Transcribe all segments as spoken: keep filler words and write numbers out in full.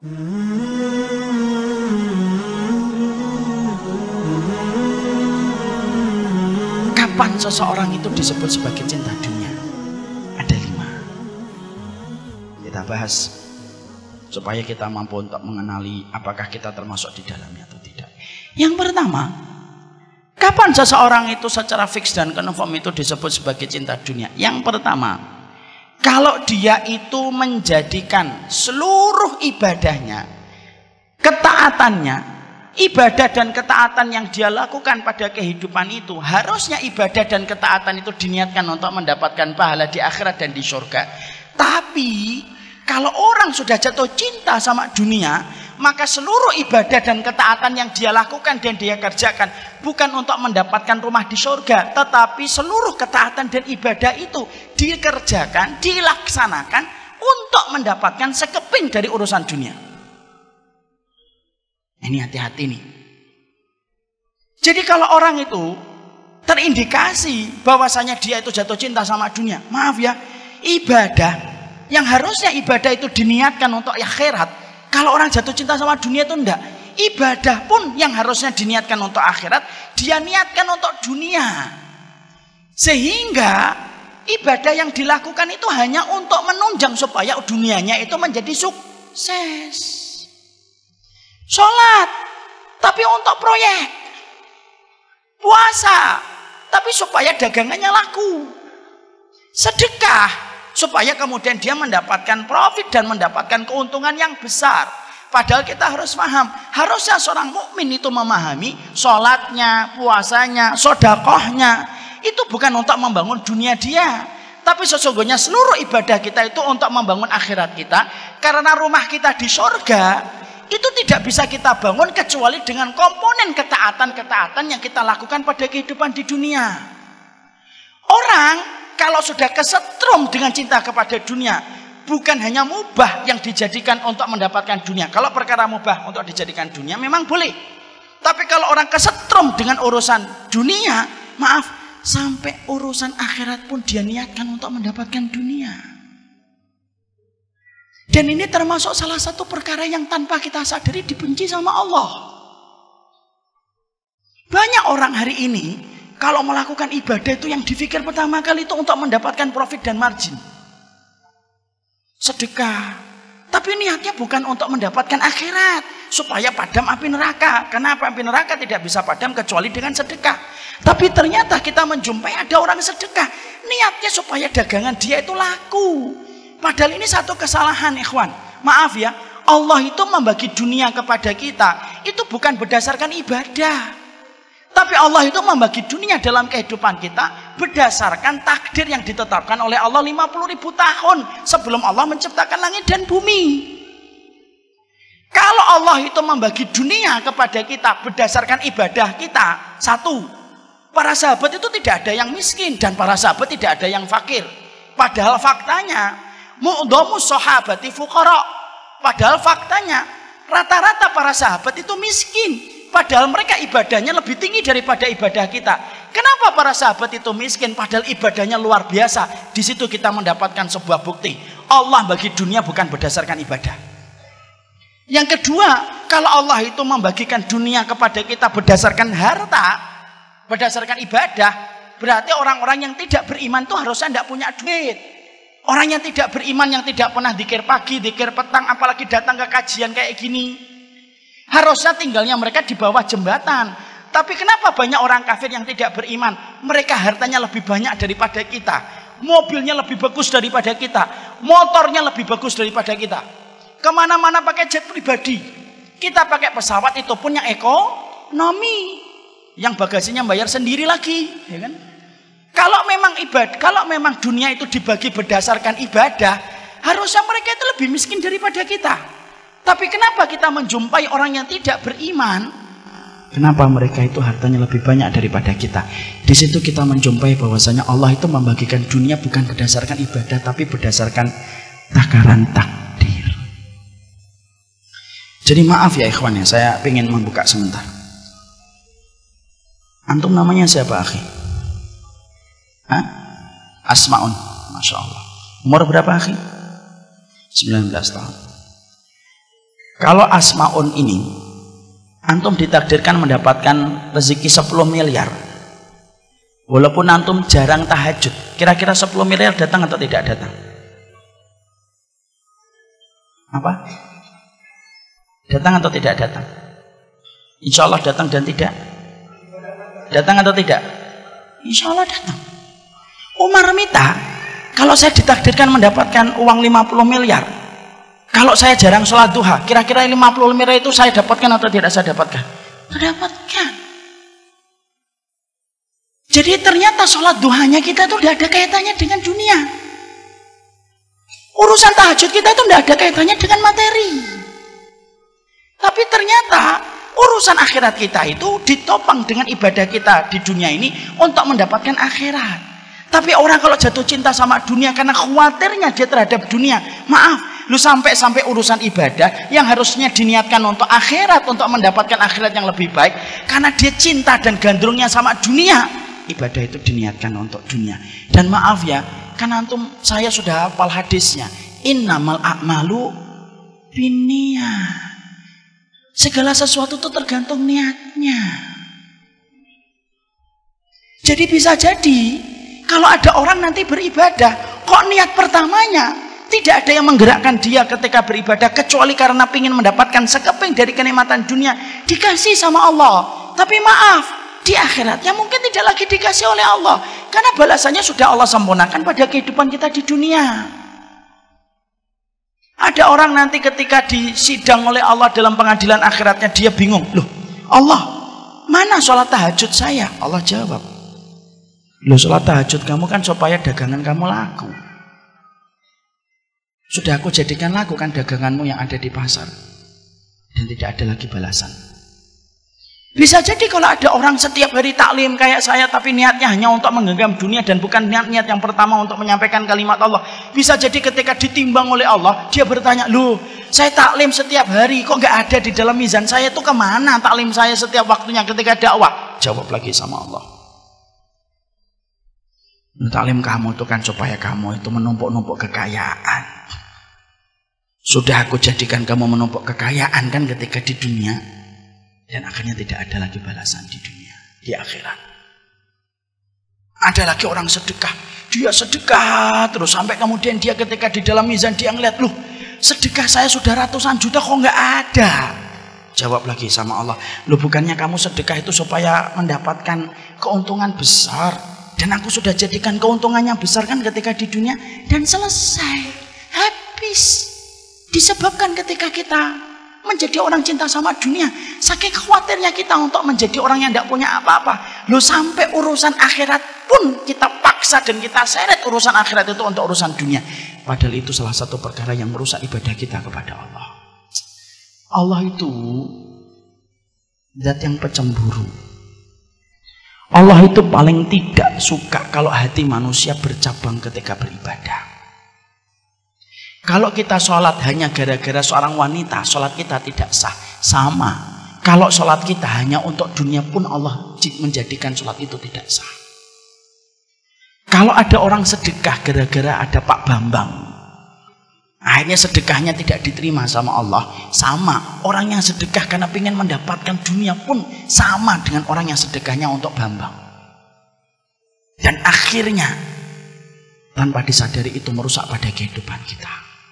Kapan seseorang itu disebut sebagai cinta dunia? Ada lima. Kita bahas supaya kita mampu untuk mengenali apakah kita termasuk di dalamnya atau tidak. Yang pertama, kapan seseorang itu secara fix dan confirm itu disebut sebagai cinta dunia? Yang pertama, kalau dia itu menjadikan seluruh ibadahnya, ketaatannya, ibadah dan ketaatan yang dia lakukan pada kehidupan itu, harusnya ibadah dan ketaatan itu diniatkan untuk mendapatkan pahala di akhirat dan di surga. Tapi kalau orang sudah jatuh cinta sama dunia, maka seluruh ibadah dan ketaatan yang dia lakukan dan dia kerjakan bukan untuk mendapatkan rumah di surga, tetapi seluruh ketaatan dan ibadah itu dikerjakan, dilaksanakan untuk mendapatkan sekeping dari urusan dunia. Ini hati-hati nih. Jadi kalau orang itu terindikasi bahwasanya dia itu jatuh cinta sama dunia, maaf ya, ibadah yang harusnya ibadah itu diniatkan untuk akhirat, kalau orang jatuh cinta sama dunia itu enggak. Ibadah pun yang harusnya diniatkan untuk akhirat, dia niatkan untuk dunia. Sehingga ibadah yang dilakukan itu hanya untuk menunjang supaya dunianya itu menjadi sukses. Sholat, tapi untuk proyek. Puasa, tapi supaya dagangannya laku. Sedekah, supaya kemudian dia mendapatkan profit dan mendapatkan keuntungan yang besar. Padahal kita harus paham, harusnya seorang mukmin itu memahami sholatnya, puasanya, sodakohnya itu bukan untuk membangun dunia dia, tapi sesungguhnya seluruh ibadah kita itu untuk membangun akhirat kita. Karena rumah kita di surga itu tidak bisa kita bangun kecuali dengan komponen ketaatan-ketaatan yang kita lakukan pada kehidupan di dunia. Orang kalau sudah kesetrum dengan cinta kepada dunia, bukan hanya mubah yang dijadikan untuk mendapatkan dunia. Kalau perkara mubah untuk dijadikan dunia memang boleh. Tapi kalau orang kesetrum dengan urusan dunia, maaf, sampai urusan akhirat pun dia niatkan untuk mendapatkan dunia. Dan ini termasuk salah satu perkara yang tanpa kita sadari dibenci sama Allah. Banyak orang hari ini kalau melakukan ibadah itu yang dipikir pertama kali itu untuk mendapatkan profit dan margin. Sedekah. Tapi niatnya bukan untuk mendapatkan akhirat. Supaya padam api neraka. Kenapa api neraka tidak bisa padam kecuali dengan sedekah. Tapi ternyata kita menjumpai ada orang sedekah. Niatnya supaya dagangan dia itu laku. Padahal ini satu kesalahan, ikhwan. Maaf ya, Allah itu membagi dunia kepada kita. Itu bukan berdasarkan ibadah. Tapi Allah itu membagi dunia dalam kehidupan kita berdasarkan takdir yang ditetapkan oleh Allah lima puluh ribu tahun sebelum Allah menciptakan langit dan bumi. Kalau Allah itu membagi dunia kepada kita berdasarkan ibadah kita, satu, para sahabat itu tidak ada yang miskin dan para sahabat tidak ada yang fakir. Padahal faktanya, mu'dhamus sahabati fuqara. Padahal faktanya, rata-rata para sahabat itu miskin. Padahal mereka ibadahnya lebih tinggi daripada ibadah kita. Kenapa para sahabat itu miskin padahal ibadahnya luar biasa? Di situ kita mendapatkan sebuah bukti. Allah bagi dunia bukan berdasarkan ibadah. Yang kedua, kalau Allah itu membagikan dunia kepada kita berdasarkan harta, berdasarkan ibadah, berarti orang-orang yang tidak beriman itu harusnya tidak punya duit. Orang yang tidak beriman, yang tidak pernah dzikir pagi, dzikir petang, apalagi datang ke kajian kayak gini, harusnya tinggalnya mereka di bawah jembatan. Tapi kenapa banyak orang kafir yang tidak beriman? Mereka hartanya lebih banyak daripada kita, mobilnya lebih bagus daripada kita, motornya lebih bagus daripada kita, kemana-mana pakai jet pribadi. Kita pakai pesawat itu pun yang ekonomi, yang bagasinya bayar sendiri lagi, ya kan? Kalau memang ibadah, kalau memang dunia itu dibagi berdasarkan ibadah, harusnya mereka itu lebih miskin daripada kita. Tapi kenapa kita menjumpai orang yang tidak beriman? Kenapa mereka itu hartanya lebih banyak daripada kita? Di situ kita menjumpai bahwasanya Allah itu membagikan dunia bukan berdasarkan ibadah, tapi berdasarkan takaran takdir. Jadi maaf ya ikhwan ya, saya ingin membuka sebentar. Antum namanya siapa akhi? Hah? Asmaun, masya Allah. Umur berapa akhi? sembilan belas tahun. Kalau Asmaun ini antum ditakdirkan mendapatkan rezeki sepuluh miliar, walaupun antum jarang tahajud, kira-kira sepuluh miliar datang atau tidak datang? Apa? Datang atau tidak datang? Insya Allah datang dan tidak? Datang atau tidak? Insya Allah datang. Umar minta, kalau saya ditakdirkan mendapatkan uang lima puluh miliar, kalau saya jarang sholat duha, kira-kira lima puluh miliar itu saya dapatkan atau tidak saya dapatkan? Dapatkan. Jadi ternyata sholat duhanya kita itu tidak ada kaitannya dengan dunia. Urusan tahajud kita itu tidak ada kaitannya dengan materi. Tapi ternyata urusan akhirat kita itu ditopang dengan ibadah kita di dunia ini untuk mendapatkan akhirat. Tapi orang kalau jatuh cinta sama dunia karena khawatirnya dia terhadap dunia, maaf, lu sampai-sampai urusan ibadah yang harusnya diniatkan untuk akhirat, untuk mendapatkan akhirat yang lebih baik, karena dia cinta dan gandrungnya sama dunia, ibadah itu diniatkan untuk dunia. Dan maaf ya, kan antum, saya sudah hafal hadisnya, innamal a'malu binniyah. Segala sesuatu itu tergantung niatnya. Jadi bisa jadi kalau ada orang nanti beribadah, kok niat pertamanya tidak ada yang menggerakkan dia ketika beribadah kecuali karena ingin mendapatkan sekeping dari kenikmatan dunia, dikasih sama Allah. Tapi maaf, di akhiratnya mungkin tidak lagi dikasih oleh Allah, karena balasannya sudah Allah sempurnakan pada kehidupan kita di dunia. Ada orang nanti ketika disidang oleh Allah dalam pengadilan akhiratnya, dia bingung, loh Allah, mana sholat tahajud saya? Allah jawab, loh sholat tahajud kamu kan supaya dagangan kamu laku. Sudah aku jadikan laku kan daganganmu yang ada di pasar. Dan tidak ada lagi balasan. Bisa jadi kalau ada orang setiap hari taklim kayak saya, tapi niatnya hanya untuk menggenggam dunia dan bukan niat-niat yang pertama untuk menyampaikan kalimat Allah. Bisa jadi ketika ditimbang oleh Allah, dia bertanya, loh saya taklim setiap hari, kok nggak ada di dalam mizan saya, itu kemana taklim saya setiap waktunya ketika dakwah? Jawab lagi sama Allah, taklim kamu itu kan supaya kamu itu menumpuk-numpuk kekayaan. Sudah aku jadikan kamu menumpuk kekayaan kan ketika di dunia, dan akhirnya tidak ada lagi balasan di dunia, di akhirat. Ada lagi orang sedekah, dia sedekah terus sampai kemudian dia ketika di dalam mizan dia ngeliat, loh sedekah saya sudah ratusan juta kok nggak ada. Jawab lagi sama Allah, loh bukannya kamu sedekah itu supaya mendapatkan keuntungan besar, dan aku sudah jadikan keuntungannya besar kan ketika di dunia, dan selesai, habis. Disebabkan ketika kita menjadi orang cinta sama dunia, saking khawatirnya kita untuk menjadi orang yang tidak punya apa-apa, loh sampai urusan akhirat pun kita paksa dan kita seret urusan akhirat itu untuk urusan dunia. Padahal itu salah satu perkara yang merusak ibadah kita kepada Allah. Allah itu zat yang pecemburu. Allah itu paling tidak suka kalau hati manusia bercabang ketika beribadah. Kalau kita sholat hanya gara-gara seorang wanita, sholat kita tidak sah. Sama, kalau sholat kita hanya untuk dunia pun Allah menjadikan sholat itu tidak sah. Kalau ada orang sedekah gara-gara ada Pak Bambang, akhirnya sedekahnya tidak diterima sama Allah. Sama, orang yang sedekah karena ingin mendapatkan dunia pun sama dengan orang yang sedekahnya untuk Bambang. Dan akhirnya tanpa disadari itu merusak pada kehidupan kita.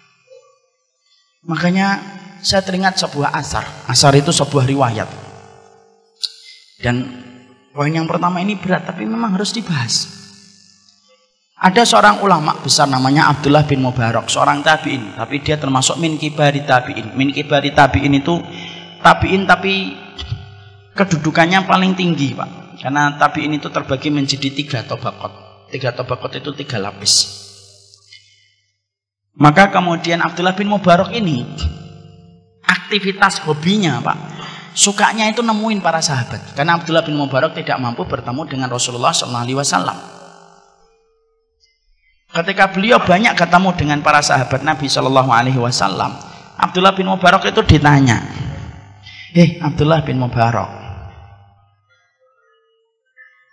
Makanya saya teringat sebuah asar. Asar itu sebuah riwayat. Dan poin yang pertama ini berat, tapi memang harus dibahas. Ada seorang ulama besar namanya Abdullah bin Mubarak, seorang tabi'in, tapi dia termasuk min kibari tabi'in. Min kibari tabi'in itu tabi'in tapi kedudukannya paling tinggi, Pak. Karena tabi'in itu terbagi menjadi tiga tabaqat. Tiga tabaqat itu tiga lapis. Maka kemudian Abdullah bin Mubarak ini aktivitas hobinya, Pak, sukanya itu nemuin para sahabat. Karena Abdullah bin Mubarak tidak mampu bertemu dengan Rasulullah shallallahu alaihi wasallam. Ketika beliau banyak ketemu dengan para sahabat Nabi shallallahu alaihi wasallam, Abdullah bin Mubarak itu ditanya, "Eh, Abdullah bin Mubarak,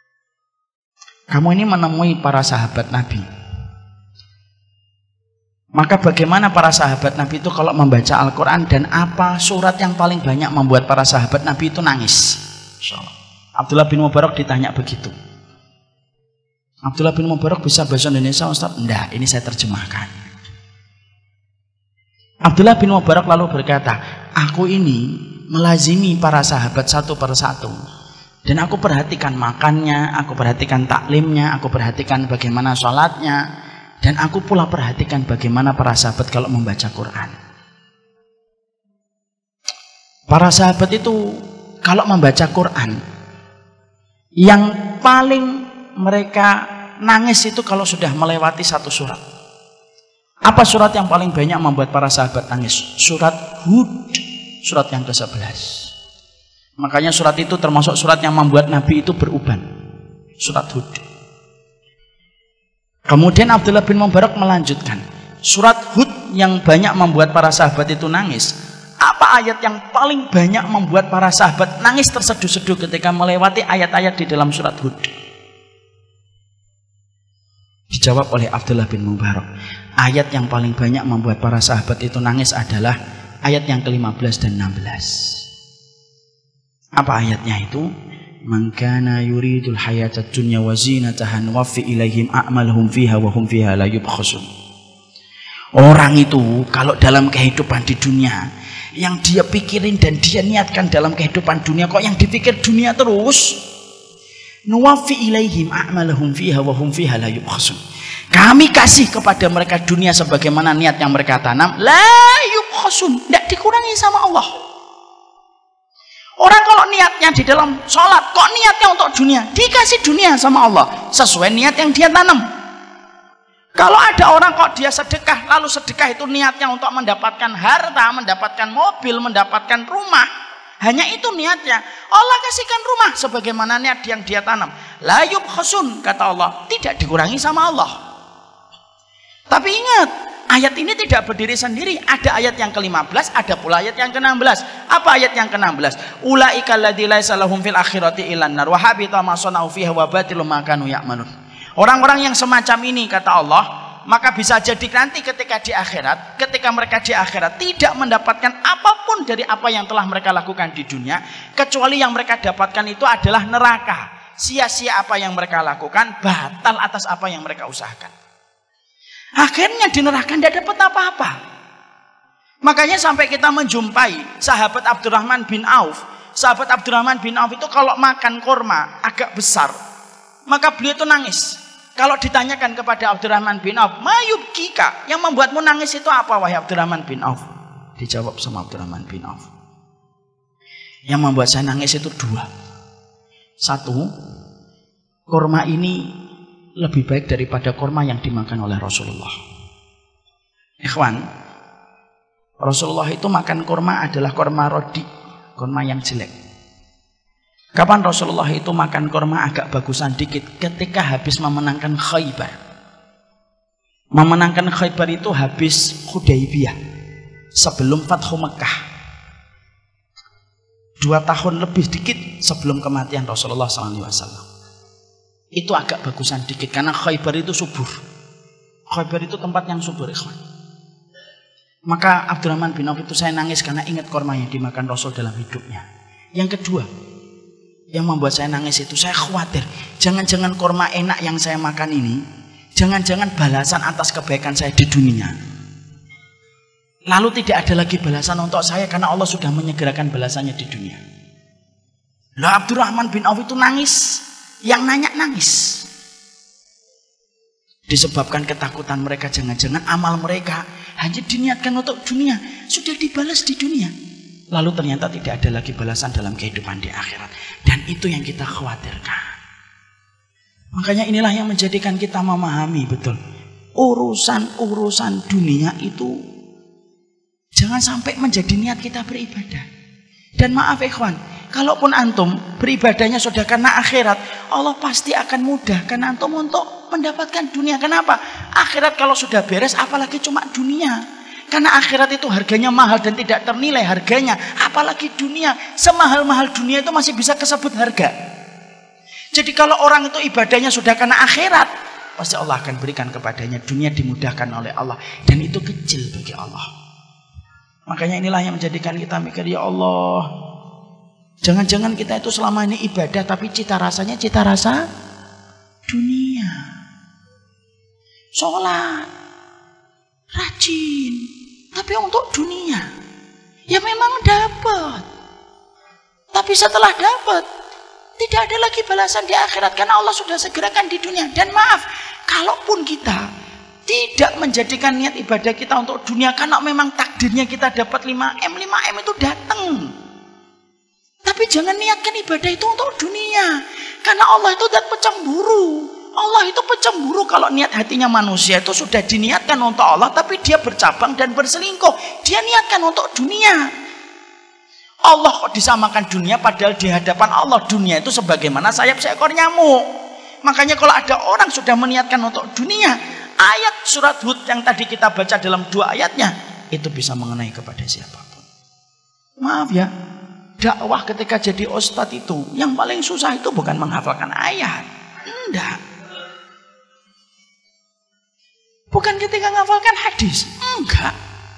kamu ini menemui para sahabat Nabi. Maka bagaimana para sahabat Nabi itu kalau membaca Al-Quran, dan apa surat yang paling banyak membuat para sahabat Nabi itu nangis? Abdullah bin Mubarak ditanya begitu. Abdullah bin Mubarak bisa bahasa Indonesia, Ustaz? Enggak, ini saya terjemahkan. Abdullah bin Mubarak lalu berkata, aku ini melazimi para sahabat satu per satu. Dan aku perhatikan makannya, aku perhatikan taklimnya, aku perhatikan bagaimana sholatnya. Dan aku pula perhatikan bagaimana para sahabat kalau membaca Quran. Para sahabat itu kalau membaca Quran, yang paling mereka nangis itu kalau sudah melewati satu surat. Apa surat yang paling banyak membuat para sahabat nangis? Surat Hud, surat yang ke sebelas. Makanya surat itu termasuk surat yang membuat Nabi itu beruban. Surat Hud. Kemudian Abdullah bin Mubarak melanjutkan, surat Hud yang banyak membuat para sahabat itu nangis. Apa ayat yang paling banyak membuat para sahabat nangis terseduh-seduh ketika melewati ayat-ayat di dalam surat Hud? Dijawab oleh Abdullah bin Mubarak, ayat yang paling banyak membuat para sahabat itu nangis adalah ayat yang ke lima belas dan enam belas. Apa ayatnya itu? Man kana yuridul hayatad dunya wa zinataha nuwaffi ilaihim a'malahum fiha wa hum fiha la yubkhasun. Orang itu kalau dalam kehidupan di dunia, yang dia pikirin dan dia niatkan dalam kehidupan dunia, kok yang dipikir dunia terus, nuwaffi ilaihim a'malahum fiha wa hum fiha la yubkhasun. Kami kasih kepada mereka dunia sebagaimana niat yang mereka tanam, la yubkhasun, tidak dikurangi sama Allah. Orang kalau niatnya di dalam sholat, kok niatnya untuk dunia, dikasih dunia sama Allah sesuai niat yang dia tanam. Kalau ada orang kok dia sedekah, lalu sedekah itu niatnya untuk mendapatkan harta, mendapatkan mobil, mendapatkan rumah, hanya itu niatnya, Allah kasihkan rumah sebagaimana niat yang dia tanam. La yubkhasun, kata Allah, tidak dikurangi sama Allah. Tapi ingat, ayat ini tidak berdiri sendiri. Ada ayat yang ke lima belas, ada pula ayat yang ke enam belas. Apa ayat yang ke enam belas? Ulaika alladzi laisa lahum fil akhirati illan nar wa habita ma sanau fiha wa batilum ma kanu ya'malun. Orang-orang yang semacam ini, kata Allah, maka bisa jadi nanti ketika di akhirat, ketika mereka di akhirat tidak mendapatkan apapun dari apa yang telah mereka lakukan di dunia, kecuali yang mereka dapatkan itu adalah neraka. Sia-sia apa yang mereka lakukan, batal atas apa yang mereka usahakan. Akhirnya di neraka tidak dapat apa-apa. Makanya sampai kita menjumpai sahabat Abdurrahman bin Auf. Sahabat Abdurrahman bin Auf itu kalau makan kurma agak besar, maka beliau itu nangis. Kalau ditanyakan kepada Abdurrahman bin Auf, mayub kika, yang membuatmu nangis itu apa wahai Abdurrahman bin Auf? Dijawab sama Abdurrahman bin Auf, yang membuat saya nangis itu dua. Satu, kurma ini lebih baik daripada kurma yang dimakan oleh Rasulullah. Ikhwan, Rasulullah itu makan kurma adalah kurma rodi, kurma yang jelek. Kapan Rasulullah itu makan kurma agak bagusan dikit? Ketika habis memenangkan Khaybar. Memenangkan Khaybar itu habis Hudaybiyah, sebelum Fathu Mekah. Dua tahun lebih dikit sebelum kematian Rasulullah shallallahu alaihi wasallam. Itu agak bagusan dikit karena Khaybar itu subur. Khaybar itu tempat yang subur, ikhwan. Maka Abdurrahman bin Auf itu saya nangis karena ingat kurma yang dimakan Rasul dalam hidupnya. Yang kedua, yang membuat saya nangis itu saya khawatir, jangan-jangan kurma enak yang saya makan ini, jangan-jangan balasan atas kebaikan saya di dunia. Lalu tidak ada lagi balasan untuk saya karena Allah sudah menyegerakan balasannya di dunia. Lah Abdurrahman bin Auf itu nangis. Yang nanya nangis disebabkan ketakutan mereka, jangan-jangan amal mereka hanya diniatkan untuk dunia, sudah dibalas di dunia, lalu ternyata tidak ada lagi balasan dalam kehidupan di akhirat. Dan itu yang kita khawatirkan. Makanya inilah yang menjadikan kita memahami betul, urusan-urusan dunia itu jangan sampai menjadi niat kita beribadah. Dan maaf ikhwan, kalaupun antum beribadahnya sudah karena akhirat, Allah pasti akan mudahkan antum untuk mendapatkan dunia. Kenapa? Akhirat kalau sudah beres, apalagi cuma dunia. Karena akhirat itu harganya mahal dan tidak ternilai harganya. Apalagi dunia, semahal-mahal dunia itu masih bisa kesebut harga. Jadi kalau orang itu ibadahnya sudah karena akhirat, pasti Allah akan berikan kepadanya. Dunia dimudahkan oleh Allah. Dan itu kecil bagi Allah. Makanya inilah yang menjadikan kita mikir, ya Allah, jangan-jangan kita itu selama ini ibadah, tapi cita rasanya cita rasa dunia. Sholat, rajin, tapi untuk dunia. Ya memang dapat. Tapi setelah dapat, tidak ada lagi balasan di akhirat, karena Allah sudah segerakan di dunia. Dan maaf, kalaupun kita tidak menjadikan niat ibadah kita untuk dunia, karena memang takdirnya kita dapat lima M, lima M itu datang. Tapi jangan niatkan ibadah itu untuk dunia, karena Allah itu zat pecemburu. Allah itu pecemburu kalau niat hatinya manusia itu sudah diniatkan untuk Allah, tapi dia bercabang dan berselingkuh. Dia niatkan untuk dunia. Allah kok disamakan dunia, padahal di hadapan Allah dunia itu sebagaimana sayap seekor nyamuk. Makanya kalau ada orang sudah meniatkan untuk dunia, ayat surat Hud yang tadi kita baca dalam dua ayatnya, itu bisa mengenai kepada siapapun. Maaf ya, dakwah ketika jadi ustadz itu yang paling susah itu bukan menghafalkan ayat. Enggak. Bukan ketika menghafalkan hadis. Enggak.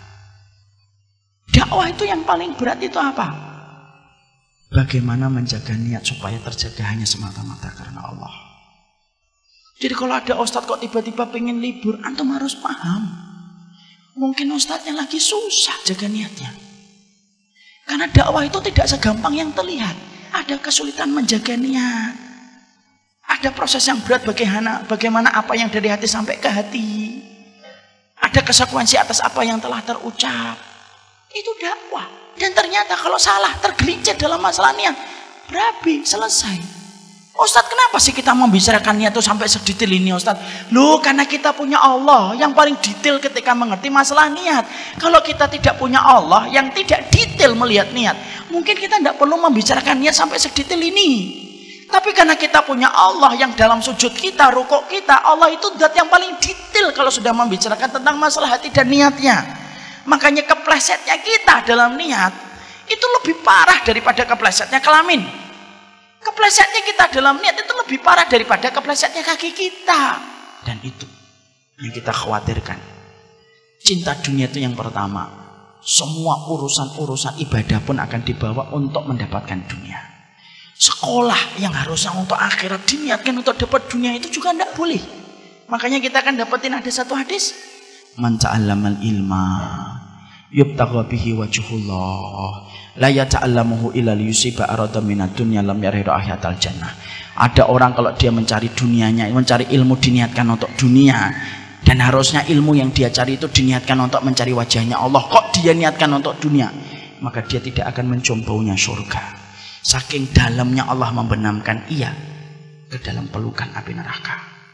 Dakwah itu yang paling berat itu apa? Bagaimana menjaga niat supaya terjaga hanya semata-mata karena Allah. Jadi kalau ada ustadz kok tiba-tiba pengen libur, antum harus paham. Mungkin ustadznya lagi susah jaga niatnya. Karena dakwah itu tidak segampang yang terlihat. Ada kesulitan menjaga niat. Ada proses yang berat bagaimana, bagaimana apa yang dari hati sampai ke hati. Ada konsekuensi atas apa yang telah terucap. Itu dakwah. Dan ternyata kalau salah, tergelincir dalam masalah niat, berabi, selesai. Ustadz, kenapa sih kita membicarakan niat itu sampai sedetail ini, Ustadz? Loh, karena kita punya Allah yang paling detail ketika mengerti masalah niat. Kalau kita tidak punya Allah yang tidak detail melihat niat, mungkin kita tidak perlu membicarakan niat sampai sedetail ini. Tapi karena kita punya Allah yang dalam sujud kita, rukuk kita, Allah itu zat yang paling detail kalau sudah membicarakan tentang masalah hati dan niatnya. Makanya keplesetnya kita dalam niat itu lebih parah daripada keplesetnya kelamin. Keplesetnya kita dalam niat itu lebih parah daripada keplesetnya kaki kita. Dan itu yang kita khawatirkan. Cinta dunia itu yang pertama. Semua urusan-urusan ibadah pun akan dibawa untuk mendapatkan dunia. Sekolah yang harusnya untuk akhirat diniatkan untuk dapat dunia itu juga tidak boleh. Makanya kita akan dapetin ada satu hadis. Man ta'allamal ilma yubtagha bihi wajhullah la yata'allamuhu illa liyusiba arada minad dunya lam yaridu ahyatal jannah. Ada orang kalau dia mencari dunianya, mencari ilmu diniatkan untuk dunia, dan harusnya ilmu yang dia cari itu diniatkan untuk mencari wajahnya Allah. Kok dia niatkan untuk dunia? Maka dia tidak akan mencium baunya surga. Saking dalamnya Allah membenamkan ia ke dalam pelukan api neraka.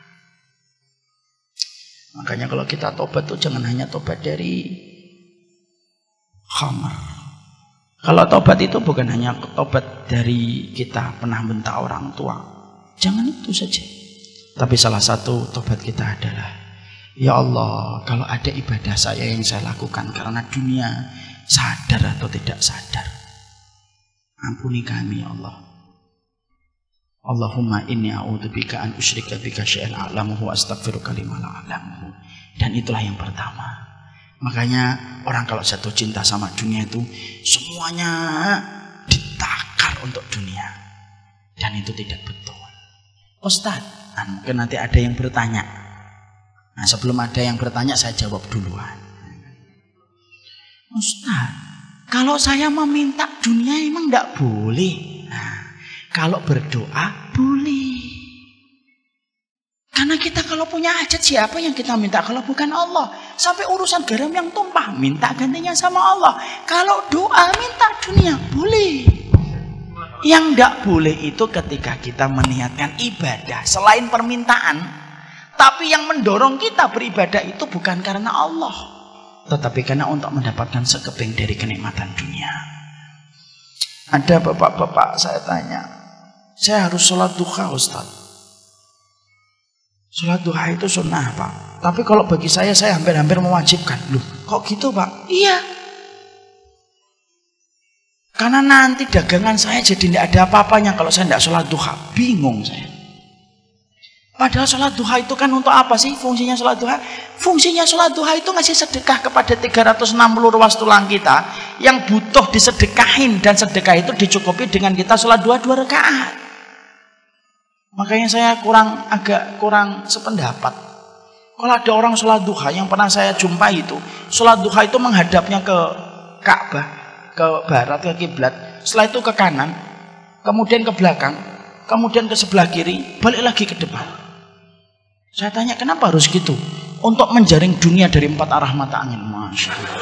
Makanya kalau kita tobat tuh jangan hanya tobat dari khamar. Kalau tobat itu bukan hanya tobat dari kita pernah bentak orang tua. Jangan itu saja. Tapi salah satu tobat kita adalah, ya Allah, kalau ada ibadah saya yang saya lakukan karena dunia, sadar atau tidak sadar, ampuni kami ya Allah. Allahumma inni a'udzubika an usyrika bika syai'an a'lamuhu wa astaghfiruka lima la a'lamuhu. Dan itulah yang pertama. Makanya orang kalau jatuh cinta sama dunia itu semuanya ditakar untuk dunia. Dan itu tidak betul. Ustadz, nah mungkin nanti ada yang bertanya. Nah sebelum ada yang bertanya saya jawab duluan. Ustadz, kalau saya meminta dunia emang tidak boleh. Nah, kalau berdoa boleh. Karena kita kalau punya hajat siapa yang kita minta kalau bukan Allah? Sampai urusan garam yang tumpah minta gantinya sama Allah. Kalau doa minta dunia boleh. Yang tidak boleh itu ketika kita meniatkan ibadah selain permintaan, tapi yang mendorong kita beribadah itu bukan karena Allah, tetapi karena untuk mendapatkan sekeping dari kenikmatan dunia. Ada bapak-bapak saya tanya, saya harus sholat duha Ustaz. Sholat duha itu sunnah Pak, tapi kalau bagi saya, saya hampir-hampir mewajibkan. Loh kok gitu Pak? Iya, karena nanti dagangan saya jadi tidak ada apa-apanya kalau saya tidak sholat duha. Bingung saya. Padahal sholat duha itu kan untuk apa sih fungsinya sholat duha? Fungsinya sholat duha itu ngasih sedekah kepada tiga ratus enam puluh ruas tulang kita yang butuh disedekahin, dan sedekah itu dicukupi dengan kita sholat duha dua rakaat. Makanya saya kurang agak kurang sependapat. Kalau ada orang sholat duha yang pernah saya jumpai itu, sholat duha itu menghadapnya ke Ka'bah, ke barat, ke kiblat, setelah itu ke kanan, kemudian ke belakang, kemudian ke sebelah kiri, balik lagi ke depan. Saya tanya, kenapa harus gitu? Untuk menjaring dunia dari empat arah mata angin. Masya Allah.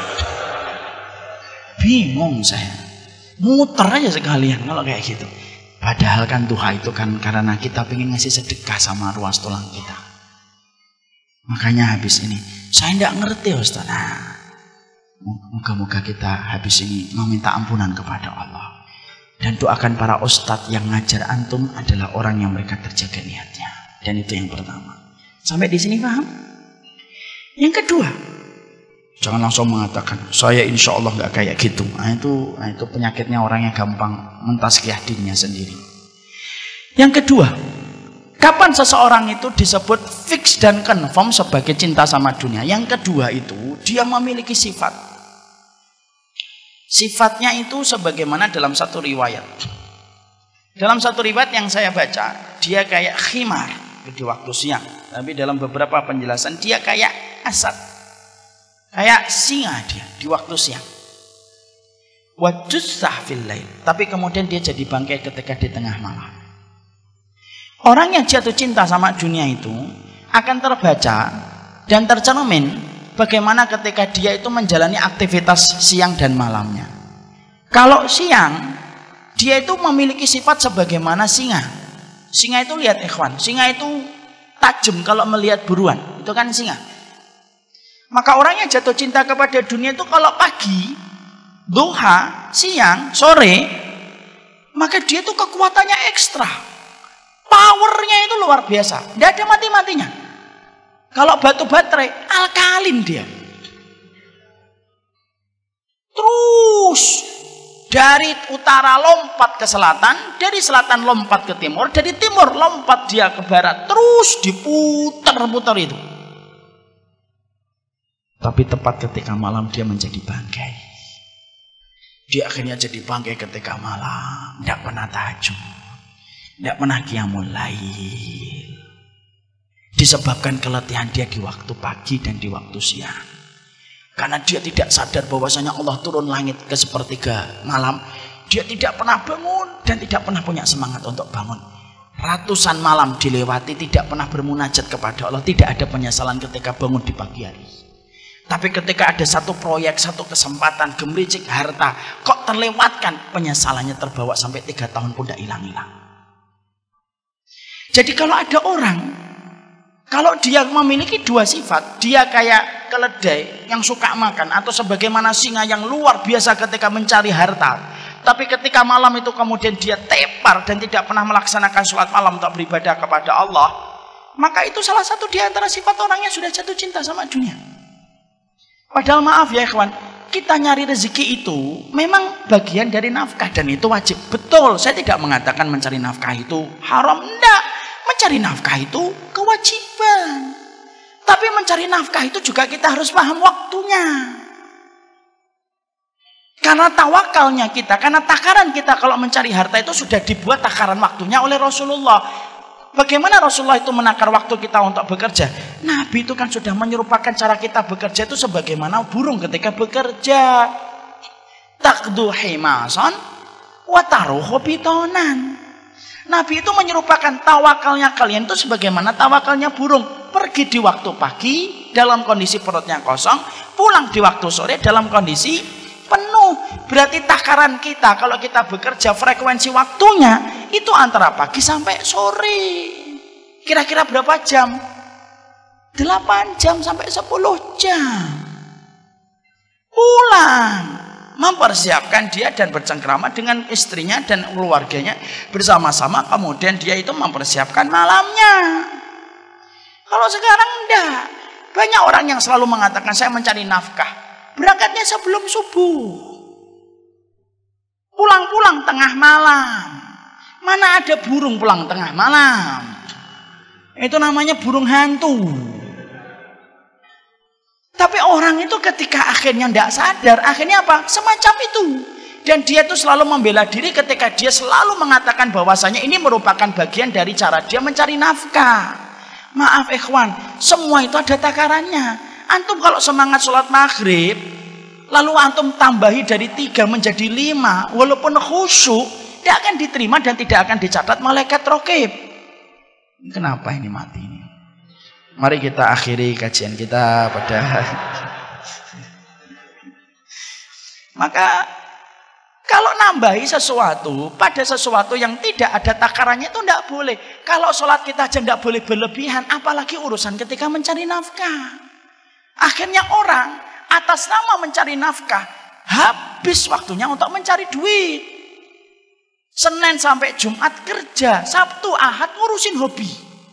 Bingung saya. Muter aja sekalian kalau kayak gitu. Padahal kan duha itu kan karena kita pengen ngasih sedekah sama ruas tulang kita. Makanya habis ini, saya tidak ngerti Ustaz. Nah, moga-moga kita habis ini meminta ampunan kepada Allah. Dan doakan para ustadz yang ngajar antum adalah orang yang mereka terjaga niatnya. Dan itu yang pertama. Sampai di sini paham? Yang kedua, jangan langsung mengatakan saya insya Allah nggak kayak gitu. Nah itu, nah itu penyakitnya orang yang gampang mentazkiyah dirinya sendiri. Yang kedua, kapan seseorang itu disebut fix dan confirm sebagai cinta sama dunia? Yang kedua itu dia memiliki sifat. Sifatnya itu sebagaimana dalam satu riwayat. Dalam satu riwayat yang saya baca, dia kayak khimar di waktu siang. Tapi dalam beberapa penjelasan dia kayak asad, kayak singa dia di waktu siang. Wajussah fil lail, tapi kemudian dia jadi bangkai ketika di tengah malam. Orang yang jatuh cinta sama dunia itu akan terbaca dan tercermin bagaimana ketika dia itu menjalani aktivitas siang dan malamnya. Kalau siang, dia itu memiliki sifat sebagaimana singa. Singa itu lihat ikhwan, singa itu tajam kalau melihat buruan, itu kan singa. Maka orang yang jatuh cinta kepada dunia itu kalau pagi, duha, siang, sore, maka dia itu kekuatannya ekstra. Powernya itu luar biasa, tidak ada mati-matinya. Kalau batu baterai, alkalin dia. Terus dari utara lompat ke selatan, dari selatan lompat ke timur, dari timur lompat dia ke barat, terus diputar-putar itu. Tapi tepat ketika malam dia menjadi bangkai. Dia akhirnya jadi bangkai ketika malam, tidak pernah tahajud, tidak pernah qiyamul lail. Disebabkan keletihan dia di waktu pagi dan di waktu siang. Karena dia tidak sadar bahwasanya Allah turun langit ke sepertiga malam. Dia tidak pernah bangun dan tidak pernah punya semangat untuk bangun. Ratusan malam dilewati tidak pernah bermunajat kepada Allah. Tidak ada penyesalan ketika bangun di pagi hari. Tapi ketika ada satu proyek, satu kesempatan, gemericik harta, kok terlewatkan, penyesalannya terbawa sampai tiga tahun pun tidak hilang-hilang. Jadi kalau ada orang, kalau dia memiliki dua sifat, dia kayak keledai yang suka makan, atau sebagaimana singa yang luar biasa ketika mencari harta, tapi ketika malam itu kemudian dia tepar dan tidak pernah melaksanakan sholat malam untuk beribadah kepada Allah, maka itu salah satu di antara sifat orang yang sudah jatuh cinta sama dunia. Padahal maaf ya ikhwan, kita nyari rezeki itu memang bagian dari nafkah dan itu wajib. Betul, saya tidak mengatakan mencari nafkah itu haram, enggak. Mencari nafkah itu kewajiban. Tapi mencari nafkah itu juga kita harus paham waktunya. Karena tawakalnya kita, karena takaran kita kalau mencari harta itu sudah dibuat takaran waktunya oleh Rasulullah. Bagaimana Rasulullah itu menakar waktu kita untuk bekerja? Nabi itu kan sudah menyerupakan cara kita bekerja itu sebagaimana burung ketika bekerja. Taqdu himasan wa taruhu bitonan. Nabi itu menyerupakan tawakalnya kalian itu sebagaimana tawakalnya burung. Pergi di waktu pagi dalam kondisi perutnya kosong, pulang di waktu sore dalam kondisi penuh. Berarti takaran kita kalau kita bekerja frekuensi waktunya itu antara pagi sampai sore. Kira-kira berapa jam? delapan jam sampai sepuluh jam. Pulang. Mempersiapkan dia dan bercengkrama dengan istrinya dan keluarganya bersama-sama, kemudian dia itu mempersiapkan malamnya. Kalau sekarang enggak, banyak orang yang selalu mengatakan saya mencari nafkah, berangkatnya sebelum subuh, pulang-pulang tengah malam. Mana ada burung pulang tengah malam? Itu namanya burung hantu. Tapi orang itu ketika akhirnya tidak sadar, akhirnya apa? Semacam itu. Dan dia itu selalu membela diri ketika dia selalu mengatakan bahwasanya ini merupakan bagian dari cara dia mencari nafkah. Maaf ikhwan, semua itu ada takarannya. Antum kalau semangat sholat maghrib, lalu antum tambahi dari tiga menjadi lima, walaupun khusyuk, tidak akan diterima dan tidak akan dicatat malaikat raqib. Kenapa ini mati ini? Mari kita akhiri kajian kita pada maka kalau nambahi sesuatu pada sesuatu yang tidak ada takarannya itu tidak boleh. Kalau sholat kita aja tidak boleh berlebihan, apalagi urusan ketika mencari nafkah. Akhirnya orang atas nama mencari nafkah habis waktunya untuk mencari duit. Senin sampai Jumat kerja, Sabtu Ahad ngurusin hobi.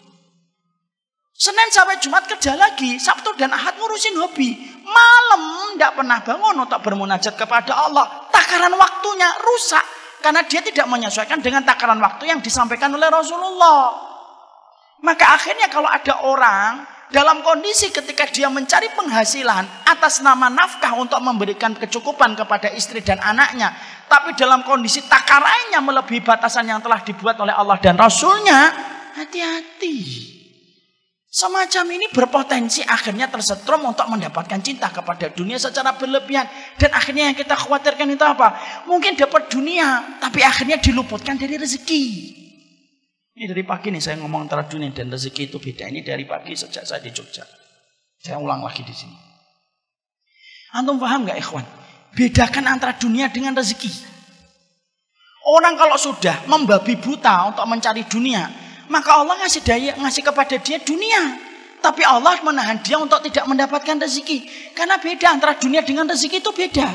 Senin sampai Jumat kerja lagi, Sabtu dan Ahad ngurusin hobi. Malam tidak pernah bangun untuk bermunajat kepada Allah. Takaran waktunya rusak karena dia tidak menyesuaikan dengan takaran waktu yang disampaikan oleh Rasulullah. Maka akhirnya kalau ada orang dalam kondisi ketika dia mencari penghasilan atas nama nafkah untuk memberikan kecukupan kepada istri dan anaknya, tapi dalam kondisi takarannya melebihi batasan yang telah dibuat oleh Allah dan Rasulnya, hati-hati. Semacam ini berpotensi akhirnya tersetrum untuk mendapatkan cinta kepada dunia secara berlebihan. Dan akhirnya yang kita khawatirkan itu apa? Mungkin dapat dunia, tapi akhirnya diluputkan dari rezeki. Ini dari pagi nih saya ngomong antara dunia dan rezeki itu beda. Ini dari pagi sejak saya di Jogja. Saya ulang lagi di sini. Antum paham gak ikhwan? Bedakan antara dunia dengan rezeki. Orang kalau sudah membabi buta untuk mencari dunia, maka Allah ngasih daya, ngasih kepada dia dunia. Tapi Allah menahan dia untuk tidak mendapatkan rezeki. Karena beda antara dunia dengan rezeki itu beda.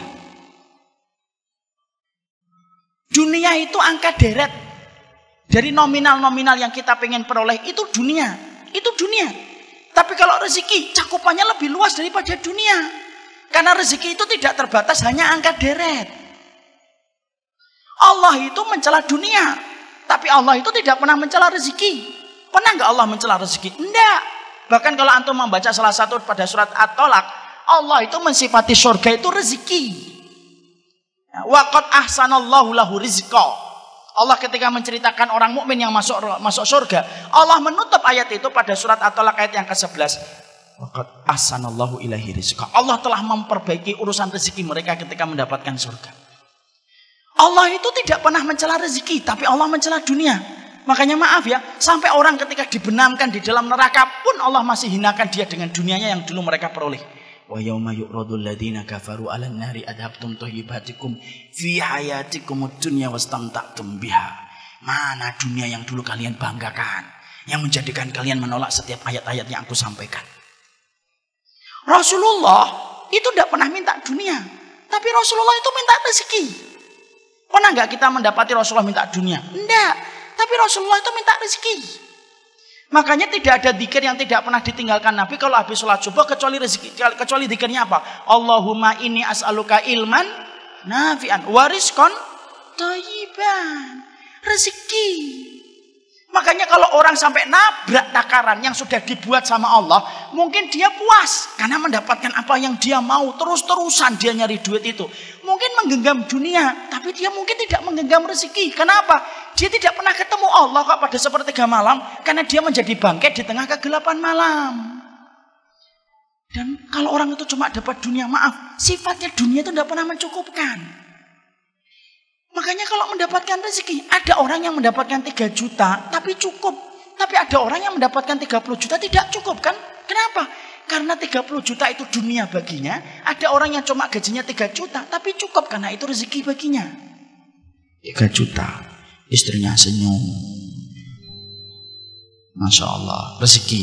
Dunia itu angka deret. Dari nominal-nominal yang kita pengen peroleh itu dunia. Itu dunia. Tapi kalau rezeki cakupannya lebih luas daripada dunia. Karena rezeki itu tidak terbatas hanya angka deret. Allah itu mencela dunia. Tapi Allah itu tidak pernah mencela rezeki. Pernah nggak Allah mencela rezeki? Enggak. Bahkan kalau antum membaca salah satu pada surat At-Tolak, Allah itu mensifati surga itu rezeki. Wa qad ahsanallahu lahu rizqa. Allah ketika menceritakan orang mukmin yang masuk masuk surga, Allah menutup ayat itu pada surat At-Tolak ayat yang ke sebelas. Wa qad ahsanallahu ilaihi rizqa. Allah telah memperbaiki urusan rezeki mereka ketika mendapatkan surga. Allah itu tidak pernah mencela rezeki, tapi Allah mencela dunia. Makanya maaf ya, sampai orang ketika dibenamkan di dalam neraka pun Allah masih hinakan dia dengan dunianya yang dulu mereka peroleh. Wa yauma yu'radul ladzina kafaru 'alan nari adhabtum thayyibatikum fi hayatikumud dunya wastamta'tum biha. Mana dunia yang dulu kalian banggakan, yang menjadikan kalian menolak setiap ayat-ayat yang aku sampaikan. Rasulullah itu tidak pernah minta dunia, tapi Rasulullah itu minta rezeki. Pernah nggak kita mendapati Rasulullah minta dunia? Enggak. Tapi Rasulullah itu minta rezeki. Makanya tidak ada zikir yang tidak pernah ditinggalkan Nabi kalau habis sholat subuh kecuali rezeki. Kecuali zikirnya apa? Allahumma inni as'aluka ilman nafi'an wa rizqan thayyiban. Rezeki. Makanya kalau orang sampai nabrak takaran yang sudah dibuat sama Allah, mungkin dia puas karena mendapatkan apa yang dia mau. Terus-terusan dia nyari duit itu. Mungkin menggenggam dunia, tapi dia mungkin tidak menggenggam rezeki. Kenapa? Dia tidak pernah ketemu Allah kok pada sepertiga malam, karena dia menjadi bangkai di tengah kegelapan malam. Dan kalau orang itu cuma dapat dunia, maaf, sifatnya dunia itu tidak pernah mencukupkan. Makanya kalau mendapatkan rezeki, ada orang yang mendapatkan tiga juta tapi cukup. Tapi ada orang yang mendapatkan tiga puluh juta tidak cukup kan? Kenapa? Karena tiga puluh juta itu dunia baginya. Ada orang yang cuma gajinya tiga juta tapi cukup karena itu rezeki baginya. tiga juta, istrinya senyum. Masya Allah, rezeki.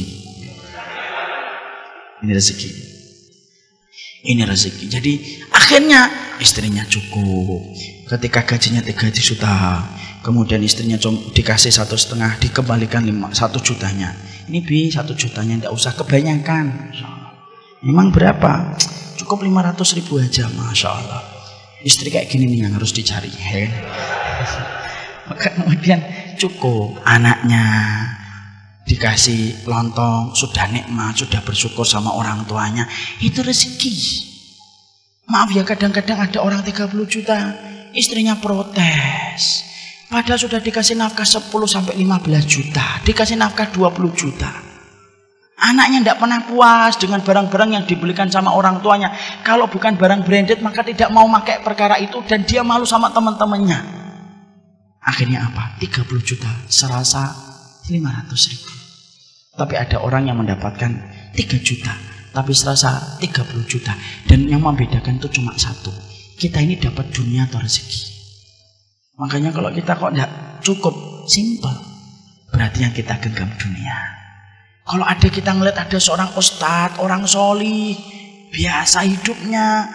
Ini rezeki. Ini rezeki. Jadi akhirnya istrinya cukup. Ketika gajinya tiga juta, kemudian istrinya dikasih satu setengah, dikembalikan lima satu jutanya. Ini bi satu jutanya tidak usah kebanyakan. Memang berapa? Cukup lima ratus ribu aja, masya Allah. Istri kayak gini nih yang harus dicari. Maka kemudian cukup anaknya. dikasih lontong, sudah nikmat, sudah bersyukur sama orang tuanya, itu rezeki. Maaf ya, kadang-kadang ada orang tiga puluh juta, istrinya protes. Padahal sudah dikasih nafkah sepuluh sampai lima belas juta, dikasih nafkah dua puluh juta. Anaknya tidak pernah puas dengan barang-barang yang dibelikan sama orang tuanya. Kalau bukan barang branded maka tidak mau pakai perkara itu, dan dia malu sama teman-temannya. Akhirnya apa? tiga puluh juta serasa lima ratus ribu. Tapi ada orang yang mendapatkan tiga juta, tapi serasa tiga puluh juta. Dan yang membedakan itu cuma satu. Kita ini dapat dunia atau rezeki. Makanya kalau kita kok tidak cukup, simple, berarti yang kita genggam dunia. Kalau ada kita ngeliat ada seorang ustadz, orang solih, biasa hidupnya,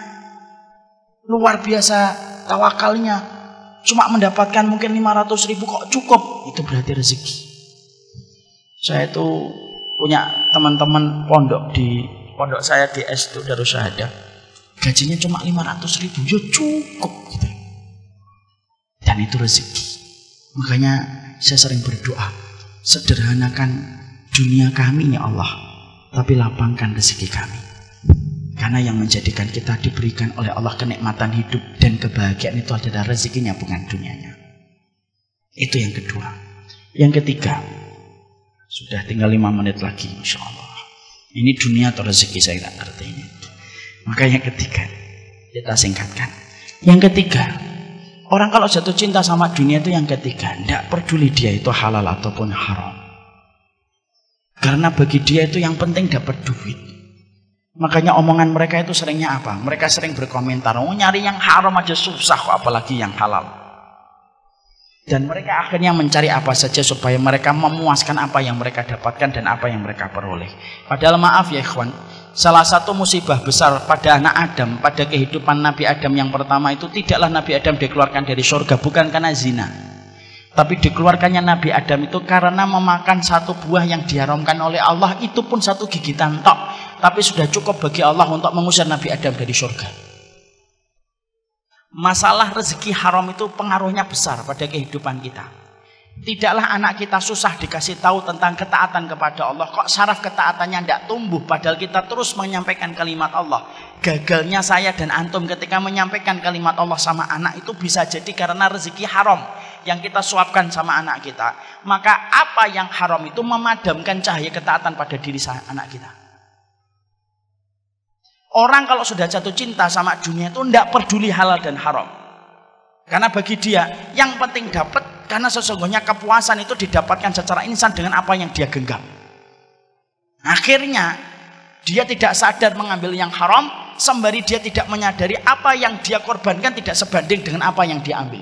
luar biasa tawakalnya, cuma mendapatkan mungkin lima ratus ribu kok cukup, itu berarti rezeki. Saya itu punya teman-teman pondok di pondok saya di S itu Darus Syahadah, gajinya cuma lima ratus ribu, ya cukup gitu. Dan itu rezeki. Makanya saya sering berdoa, sederhanakan dunia kami ya Allah, tapi lapangkan rezeki kami. Karena yang menjadikan kita diberikan oleh Allah kenikmatan hidup dan kebahagiaan itu adalah rezekinya, bukan dunianya. Itu yang kedua. Yang ketiga, sudah tinggal lima menit lagi, Masya Allah. Ini dunia atau rezeki, saya tidak ngerti ini. Maka yang ketiga, kita singkatkan. Yang ketiga, orang kalau jatuh cinta sama dunia itu yang ketiga, tidak peduli dia itu halal ataupun haram. Karena bagi dia itu yang penting dapat duit. Makanya omongan mereka itu seringnya apa? Mereka sering berkomentar, oh nyari yang haram aja susah kok, apalagi yang halal. Dan mereka akhirnya mencari apa saja supaya mereka memuaskan apa yang mereka dapatkan dan apa yang mereka peroleh. Padahal maaf ya ikhwan, salah satu musibah besar pada anak Adam, pada kehidupan Nabi Adam yang pertama itu, tidaklah Nabi Adam dikeluarkan dari surga bukan karena zina, tapi dikeluarkannya Nabi Adam itu karena memakan satu buah yang diharamkan oleh Allah. Itu pun satu gigitan tok, tapi sudah cukup bagi Allah untuk mengusir Nabi Adam dari surga. Masalah rezeki haram itu pengaruhnya besar pada kehidupan kita. Tidaklah anak kita susah dikasih tahu tentang ketaatan kepada Allah, kok saraf ketaatannya tidak tumbuh, padahal kita terus menyampaikan kalimat Allah. Gagalnya saya dan antum ketika menyampaikan kalimat Allah sama anak itu bisa jadi karena rezeki haram yang kita suapkan sama anak kita. Maka apa yang haram itu memadamkan cahaya ketaatan pada diri anak kita. Orang kalau sudah jatuh cinta sama dunia itu tidak peduli halal dan haram. Karena bagi dia yang penting dapat, karena sesungguhnya kepuasan itu didapatkan secara instan dengan apa yang dia genggam. Akhirnya dia tidak sadar mengambil yang haram, sembari dia tidak menyadari apa yang dia korbankan tidak sebanding dengan apa yang dia ambil.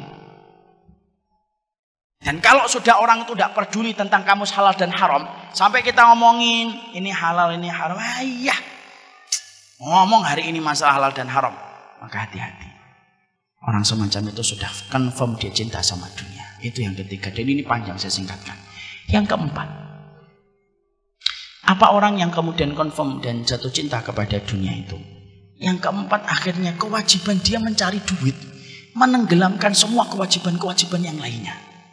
Dan kalau sudah orang itu tidak peduli tentang kamus halal dan haram, sampai kita ngomongin ini halal ini haram, ayah ngomong hari ini masalah halal dan haram, maka hati-hati. Orang semacam itu sudah confirm dia cinta sama dunia. Itu yang ketiga, dan ini panjang saya singkatkan. Yang keempat, apa orang yang kemudian confirm dan jatuh cinta kepada dunia itu? Yang keempat, akhirnya kewajiban dia mencari duit menenggelamkan semua kewajiban-kewajiban yang lainnya.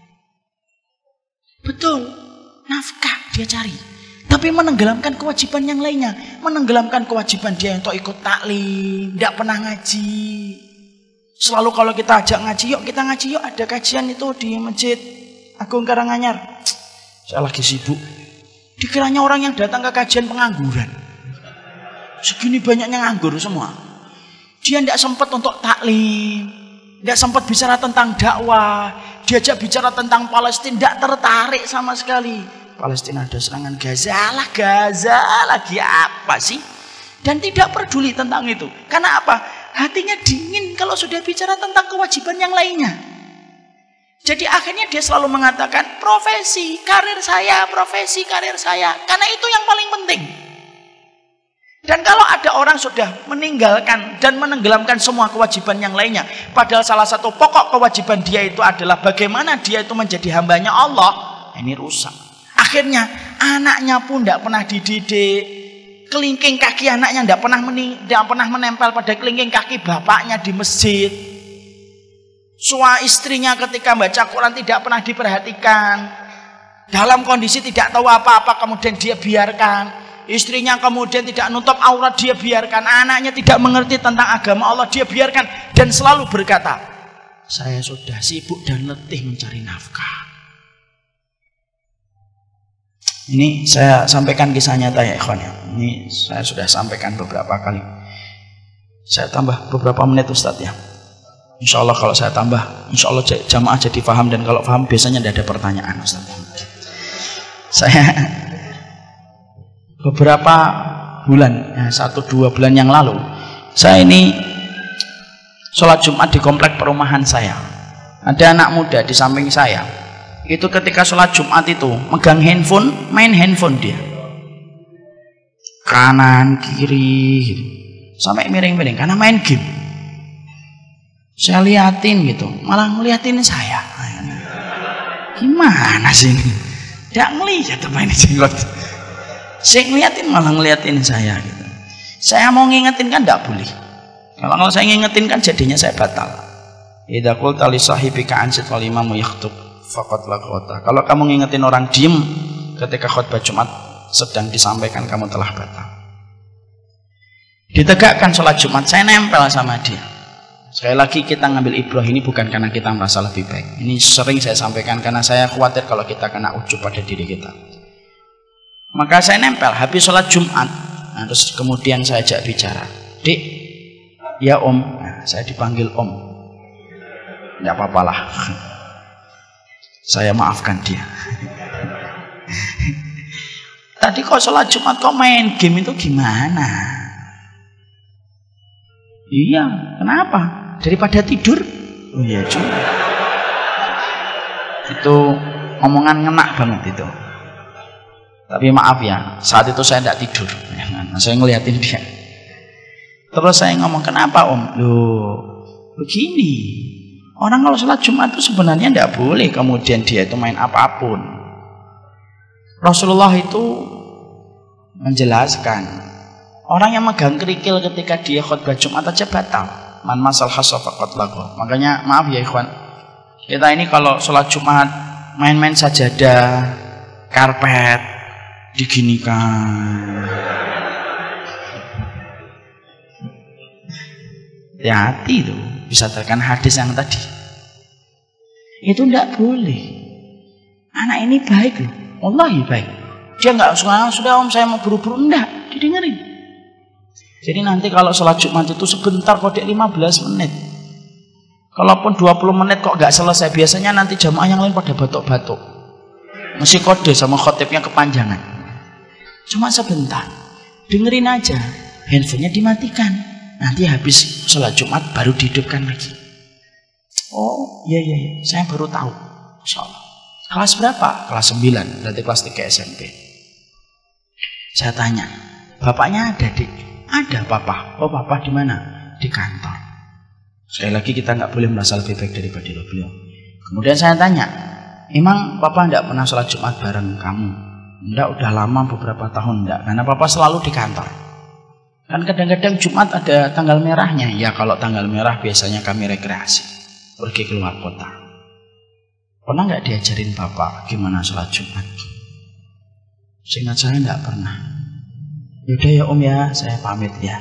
Betul, nafkah dia cari, tapi menenggelamkan kewajiban yang lainnya. Menenggelamkan kewajiban dia untuk ikut taklim, tidak pernah ngaji. Selalu kalau kita ajak ngaji, yuk kita ngaji yuk, ada kajian itu di Masjid Agung Karanganyar. Saya lagi sibuk. Dikiranya orang yang datang ke kajian pengangguran. Segini banyaknya nganggur semua. Dia tidak sempat untuk taklim, tidak sempat bicara tentang dakwah. Diajak bicara tentang Palestina, tidak tertarik sama sekali. Palestina ada serangan Gaza lah, Gaza lagi apa sih? Dan tidak peduli tentang itu. Karena apa? Hatinya dingin kalau sudah bicara tentang kewajiban yang lainnya. Jadi akhirnya dia selalu mengatakan profesi, karir saya, profesi, karir saya. Karena itu yang paling penting. Dan kalau ada orang sudah meninggalkan dan menenggelamkan semua kewajiban yang lainnya, padahal salah satu pokok kewajiban dia itu adalah bagaimana dia itu menjadi hambanya Allah, ini rusak. Akhirnya anaknya pun tidak pernah dididik, kelingking kaki anaknya tidak pernah tidak pernah menempel pada kelingking kaki bapaknya di masjid. Suami istrinya ketika baca Quran tidak pernah diperhatikan. dalam kondisi tidak tahu apa-apa kemudian dia biarkan, istrinya kemudian tidak nutup aurat dia biarkan, anaknya tidak mengerti tentang agama Allah dia biarkan, dan selalu berkata, saya sudah sibuk dan letih mencari nafkah. Ini saya sampaikan kisah nyata ya ikhwan ya. Ini saya sudah sampaikan beberapa kali. Saya tambah beberapa menit Ustadz ya. Insya Allah kalau saya tambah, insya Allah jamaah jadi paham, dan kalau paham biasanya tidak ada pertanyaan Ustadz. Saya beberapa bulan, ya, satu dua bulan yang lalu, saya ini sholat Jumat di komplek perumahan saya. Ada anak muda di samping saya. Itu ketika sholat Jumat itu megang handphone, main handphone dia. Kanan kiri gitu. Sampai miring-miring karena main game. Saya liatin gitu, malah ngeliatin saya. Gimana sih ini? Tidak ngeliat main jenggot. Saya ngeliatin malah ngeliatin saya gitu. Saya mau ngingetin kan tidak boleh. Kalau kalau saya ngingetin kan jadinya saya batal. Idza qulta li sahibika ansit wal imamu yakhthub faqad laghawta. Kalau kamu ngingetin orang diem ketika khutbah Jumat sedang disampaikan, kamu telah batal. Ditegakkan sholat Jumat, saya nempel sama dia. Sekali lagi kita ngambil ibrah ini bukan karena kita merasa lebih baik. Ini sering saya sampaikan karena saya khawatir kalau kita kena ujub pada diri kita. Maka saya nempel habis sholat Jumat. Nah, terus kemudian saya ajak bicara. Dik, ya om. Nah, saya dipanggil om. Tidak apa-apalah. Saya maafkan dia. Tadi kok sholat Jumat kok main game itu gimana? Iya, kenapa? Daripada tidur? Oh iya juga. Itu omongan ngenak banget itu. Tapi maaf ya, saat itu saya tidak tidur. Nah, saya ngeliatin dia. Terus saya ngomong, kenapa om? Loh, begini. Orang kalau sholat Jumat itu sebenarnya tidak boleh kemudian dia itu main apapun. Rasulullah itu menjelaskan, orang yang megang kerikil ketika dia khutbah Jumat aja batal. Man masal hasa faqad laghaw. Makanya maaf ya ikhwan, kita ini kalau sholat Jumat main-main sajadah, karpet diginikan. Hati-hati tuh, bisa terkena hadis yang tadi. Itu tidak boleh. Anak ini baik loh, wallahi baik. Dia nggak suka, sudah om saya mau buru-buru, enggak, didengerin. Jadi nanti kalau sholat Jumat itu sebentar kok lima belas menit. Kalaupun dua puluh menit kok nggak selesai, biasanya nanti jamaah yang lain pada batuk-batuk. Masih kode sama khotibnya kepanjangan. Cuma sebentar, dengerin aja, handphonenya dimatikan. Nanti habis sholat Jumat baru dihidupkan lagi. Oh iya iya, iya. Saya baru tahu. Insya Allah. Kelas berapa? Kelas sembilan, berarti kelas tiga S M P. Saya tanya, bapaknya ada dik? Ada papa. Oh papa di mana? Di kantor. Sekali lagi kita nggak boleh merasa lebih baik daripada beliau. Kemudian saya tanya, emang papa tidak pernah sholat Jumat bareng kamu? Enggak, udah lama beberapa tahun enggak. Karena papa selalu di kantor. Kan kadang-kadang Jumat ada tanggal merahnya. Ya kalau tanggal merah biasanya kami rekreasi, pergi keluar kota. Pernah nggak diajarin bapak gimana sholat Jumat? Seingat saya nggak pernah. Yaudah ya om ya, saya pamit ya.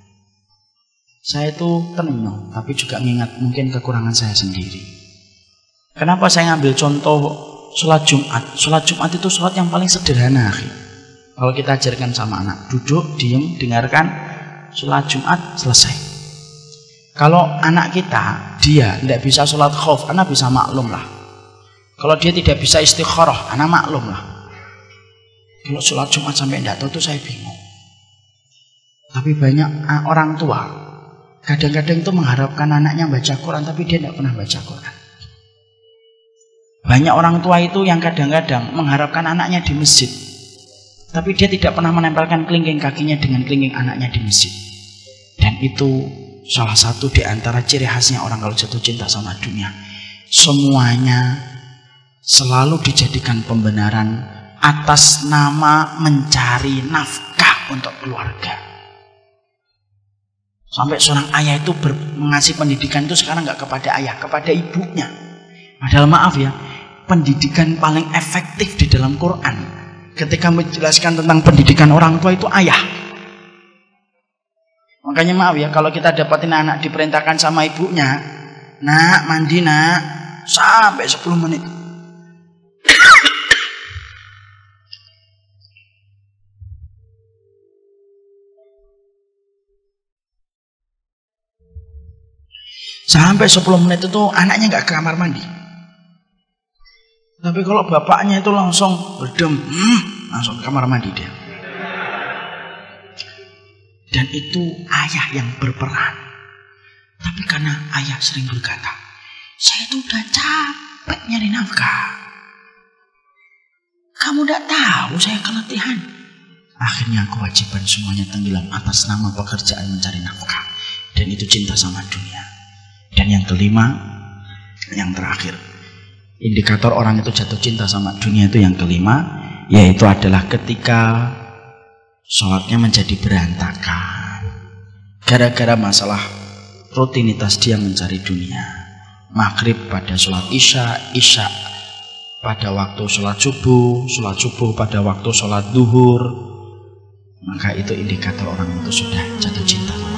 Saya itu tenang, tapi juga mengingat mungkin kekurangan saya sendiri. Kenapa saya ngambil contoh sholat Jumat? Sholat Jumat itu sholat yang paling sederhana. Kalau kita ajarkan sama anak, duduk, diem, dengarkan, sholat Jumat selesai. Kalau anak kita, dia tidak bisa sholat khauf, anak bisa maklum lah. Kalau dia tidak bisa istikharah, anak maklum lah. Kalau sholat Jumat sampai tidak tahu itu saya bingung. Tapi banyak orang tua kadang-kadang itu mengharapkan anaknya baca Quran, tapi dia tidak pernah baca Quran. Banyak orang tua itu yang kadang-kadang mengharapkan anaknya di masjid, tapi dia tidak pernah menempelkan kelingking kakinya dengan kelingking anaknya di masjid. Dan itu salah satu di antara ciri khasnya orang kalau jatuh cinta sama dunia. Semuanya selalu dijadikan pembenaran atas nama mencari nafkah untuk keluarga. Sampai seorang ayah itu mengasih pendidikan itu sekarang nggak kepada ayah, kepada ibunya. Padahal maaf ya, pendidikan paling efektif di dalam Quran ketika menjelaskan tentang pendidikan orang tua itu ayah. Makanya maaf ya, kalau kita dapatin anak diperintahkan sama ibunya, nak mandi nak, sampai sepuluh menit. Sampai sepuluh menit itu anaknya nggak ke kamar mandi. Tapi kalau bapaknya itu langsung berdem, hmm, langsung ke kamar mandi dia. Dan itu ayah yang berperan. Tapi karena ayah sering berkata, saya itu udah capek nyari nafkah. Kamu udah tahu saya keletihan. Akhirnya kewajiban semuanya tenggelam atas nama pekerjaan mencari nafkah. Dan itu cinta sama dunia. Dan yang kelima, yang terakhir, indikator orang itu jatuh cinta sama dunia itu yang kelima, yaitu adalah ketika sholatnya menjadi berantakan gara-gara masalah rutinitas dia mencari dunia. Maghrib pada sholat isya, isya pada waktu sholat subuh, sholat subuh pada waktu sholat duhur, maka itu indikator orang itu sudah jatuh cinta.